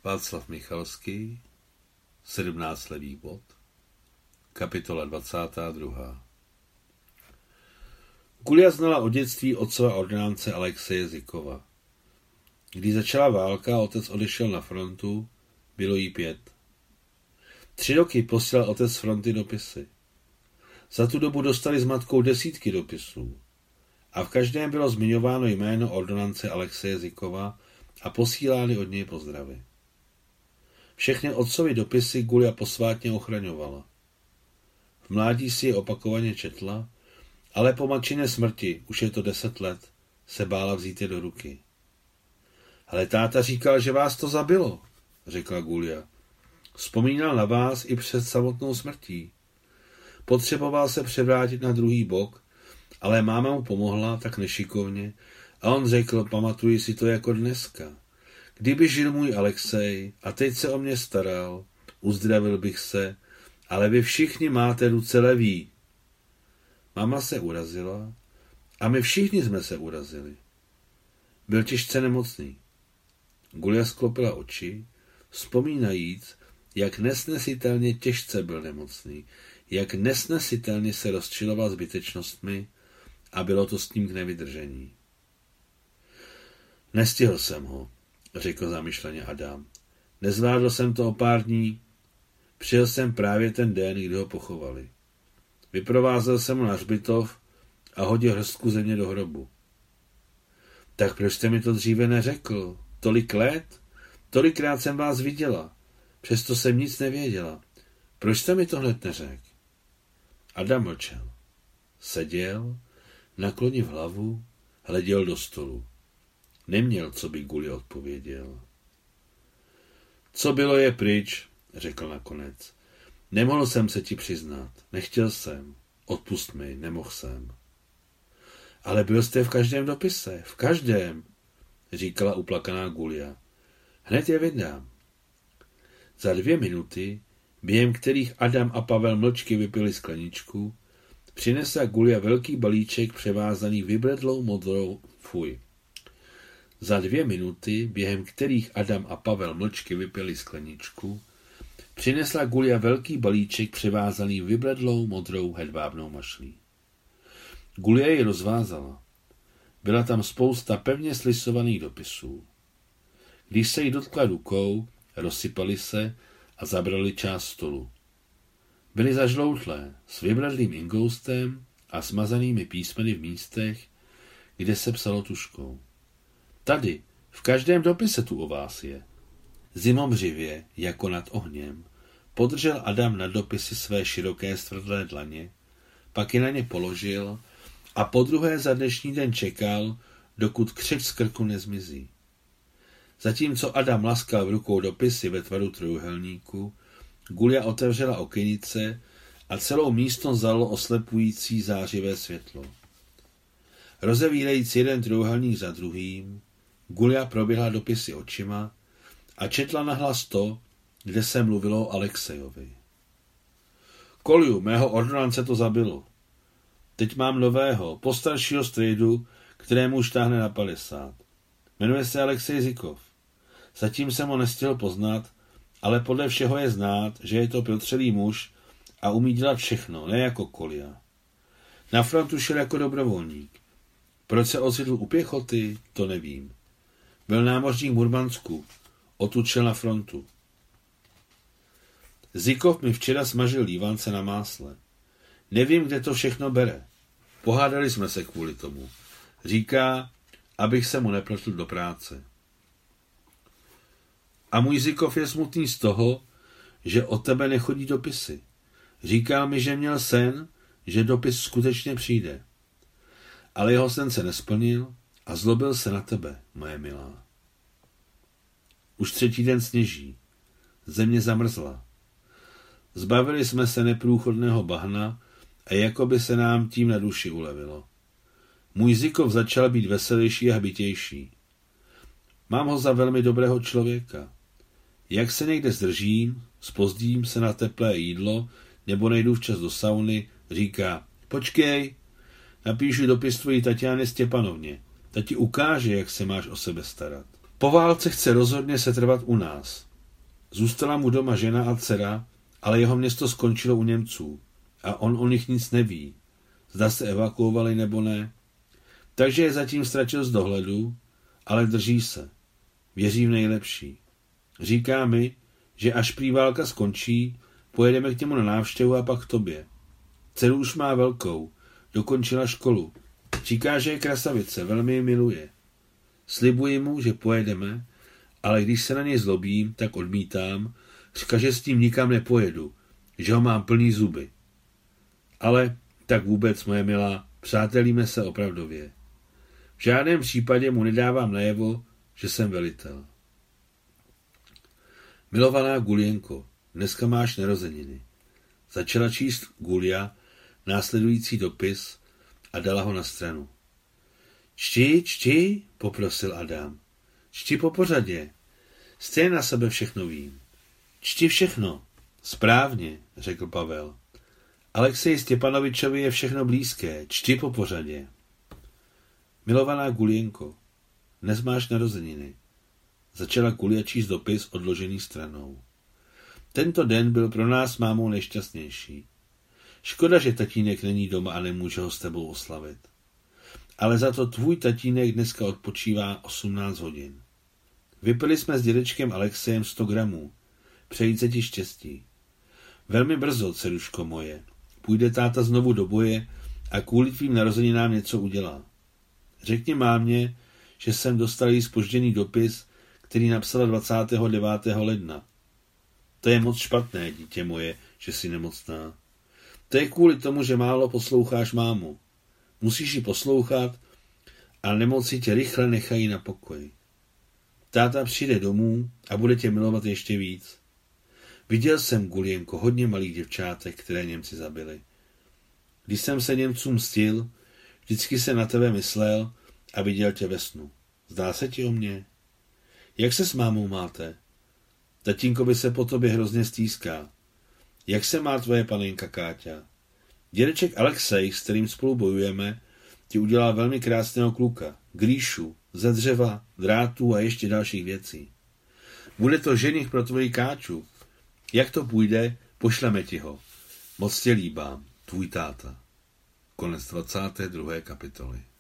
Václav Michalský, 17 levý bod, kapitola 22. Gulia znala od dětství otcova ordinance Alexeje Zykova. Když začala válka a otec odešel na frontu, bylo jí 5. 3 roky posílal otec z fronty dopisy. Za tu dobu dostali s matkou desítky dopisů a v každém bylo zmiňováno jméno ordinance Alexeje Zykova a posílány od něj pozdravy. Všechny otcovi dopisy Gulia posvátně ochraňovala. V mládí si je opakovaně četla, ale po matčině smrti, už je to 10 let, se bála vzít je do ruky. Ale táta říkal, že vás to zabilo, řekla Gulia. Vzpomínal na vás i před samotnou smrtí. Potřeboval se převrátit na druhý bok, ale máma mu pomohla tak nešikovně a on řekl, pamatuji si to jako dneska. Kdyby žil můj Alexej a teď se o mě staral, uzdravil bych se, ale vy všichni máte ruce levý. Máma se urazila a my všichni jsme se urazili. Byl těžce nemocný. Gulia sklopila oči, vzpomínajíc, jak nesnesitelně těžce byl nemocný, jak nesnesitelně se rozčiloval zbytečnostmi a bylo to s ním k nevydržení. Nestihl jsem ho, řekl zamyšleně Adam. Nezvládl jsem to o pár dní. Přijel jsem právě ten den, kdy ho pochovali. Vyprovázel jsem ho na hřbitov a hodil hrstku země do hrobu. Tak proč jste mi to dříve neřekl? Tolik let? Tolikrát jsem vás viděla. Přesto jsem nic nevěděla. Proč jste mi to hned neřekl? Adam mlčel. Seděl, nakloněv hlavu, hleděl do stolu. Neměl, co by Gulia odpověděl. Co bylo je pryč, řekl nakonec. Nemohl jsem se ti přiznat. Nechtěl jsem. Odpust mi, nemohl jsem. Ale byl jste v každém dopise. V každém, říkala uplakaná Gulia. Hned je vydám. Za 2 minuty, během kterých Adam a Pavel mlčky vypili skleničku, přinesla Gulia velký balíček převázaný vybledlou modrou Za 2 minuty, během kterých Adam a Pavel mlčky vypili skleničku, přinesla Gulia velký balíček převázaný vybledlou modrou hedvábnou mašlí. Gulia ji rozvázala. Byla tam spousta pevně slisovaných dopisů. Když se jí dotkla rukou, rozsypali se a zabrali část stolu. Byly zažloutlé, s vybledlým ingoustem a smazanými písmeny v místech, kde se psalo tužkou. Tady, v každém dopise tu o vás je. Zimomřivě, jako nad ohněm, podržel Adam na dopisy své široké stvrdlé dlaně, pak je na ně položil a podruhé za dnešní den čekal, dokud křeč z krku nezmizí. Zatímco Adam laskal v rukou dopisy ve tvaru trojúhelníku, Gulia otevřela okenice a celou místnost zalilo oslepující zářivé světlo. Rozevírajíc jeden trojúhelník za druhým, Gulia proběhla dopisy očima a četla nahlas to, kde se mluvilo o Alexejovi. Kolju, mého ordinance to zabilo. Teď mám nového, postaršího strejdu, kterému už táhne na 50. Jmenuje se Alexej Zykov. Zatím jsem ho nestihl poznat, ale podle všeho je znát, že je to piltřelý muž a umí dělat všechno, ne jako Kolja. Na frontu šel jako dobrovolník. Proč se ocitl u pěchoty, to nevím. Byl námořník v Murmansku, odtud šel na frontu. Zykov mi včera smažil lívance na másle. Nevím, kde to všechno bere. Pohádali jsme se kvůli tomu. Říká, abych se mu nepletl do práce. A můj Zykov je smutný z toho, že od tebe nechodí dopisy. Říkal mi, že měl sen, že dopis skutečně přijde. Ale jeho sen se nesplnil a zlobil se na tebe, moje milá. Už 3. den sněží. Země zamrzla. Zbavili jsme se neprůchodného bahna a jako by se nám tím na duši ulevilo. Můj Zykov začal být veselější a hbitější. Mám ho za velmi dobrého člověka. Jak se někde zdržím, zpozdím se na teplé jídlo nebo nejdu včas do sauny, říká, počkej, napíšu dopis tvojí Tatiáně Stěpanovně. Ta ti ukáže, jak se máš o sebe starat. Po válce chce rozhodně setrvat u nás. Zůstala mu doma žena a dcera, ale jeho město skončilo u Němců a on o nich nic neví. Zda se evakuovali nebo ne. Takže je zatím ztratil z dohledu, ale drží se. Věří v nejlepší. Říká mi, že až prý válka skončí, pojedeme k němu na návštěvu a pak k tobě. Dceru už má velkou, dokončila školu. Říká, že je krasavice, velmi ji miluje. Slibuji mu, že pojedeme, ale když se na něj zlobím, tak odmítám, říká, že s tím nikam nepojedu, že ho mám plný zuby. Ale tak vůbec, moje milá, přátelíme se opravdově. V žádném případě mu nedávám najevo, že jsem velitel. Milovaná Guljenko, dneska máš narozeniny. Začala číst Gulia následující dopis a dala ho na stranu. Čti, poprosil Adam. Čti po pořadě. Stejně na sebe všechno vím. Čti všechno. Správně, řekl Pavel. Alexeji Stěpanovičovi je všechno blízké. Čti po pořadě. Milovaná Guljenko, dnes máš narozeniny. Začala Gulia číst dopis odložený stranou. Tento den byl pro nás mámou nejšťastnější. Škoda, že tatínek není doma a nemůže ho s tebou oslavit. Ale za to tvůj tatínek dneska odpočívá 18 hodin. Vypili jsme s dědečkem Alexejem 100 gramů. Přeji se ti štěstí. Velmi brzo, dceruško moje. Půjde táta znovu do boje a kvůli tvým narozeninám něco udělá. Řekni mámě, že jsem dostal jí zpožděný dopis, který napsala 29. ledna. To je moc špatné, dítě moje, že jsi nemocná. To je kvůli tomu, že málo posloucháš mámu. Musíš ji poslouchat a nemoci tě rychle nechají na pokoji. Táta přijde domů a bude tě milovat ještě víc. Viděl jsem, Guljenko, hodně malých děvčátek, které Němci zabili. Když jsem se Němcům mstil, vždycky jsem na tebe myslel a viděl tě ve snu. Zdá se ti o mě? Jak se s mámou máte? Tatínkovi se po tobě hrozně stýská. Jak se má tvoje panenka Káťa? Dědeček Alexej, s kterým spolu bojujeme, ti udělal velmi krásného kluka. Gríšu, ze dřeva, drátů a ještě dalších věcí. Bude to ženich pro tvoji Káču. Jak to půjde, pošleme ti ho. Moc tě líbám, tvůj táta. Konec 22. kapitoly.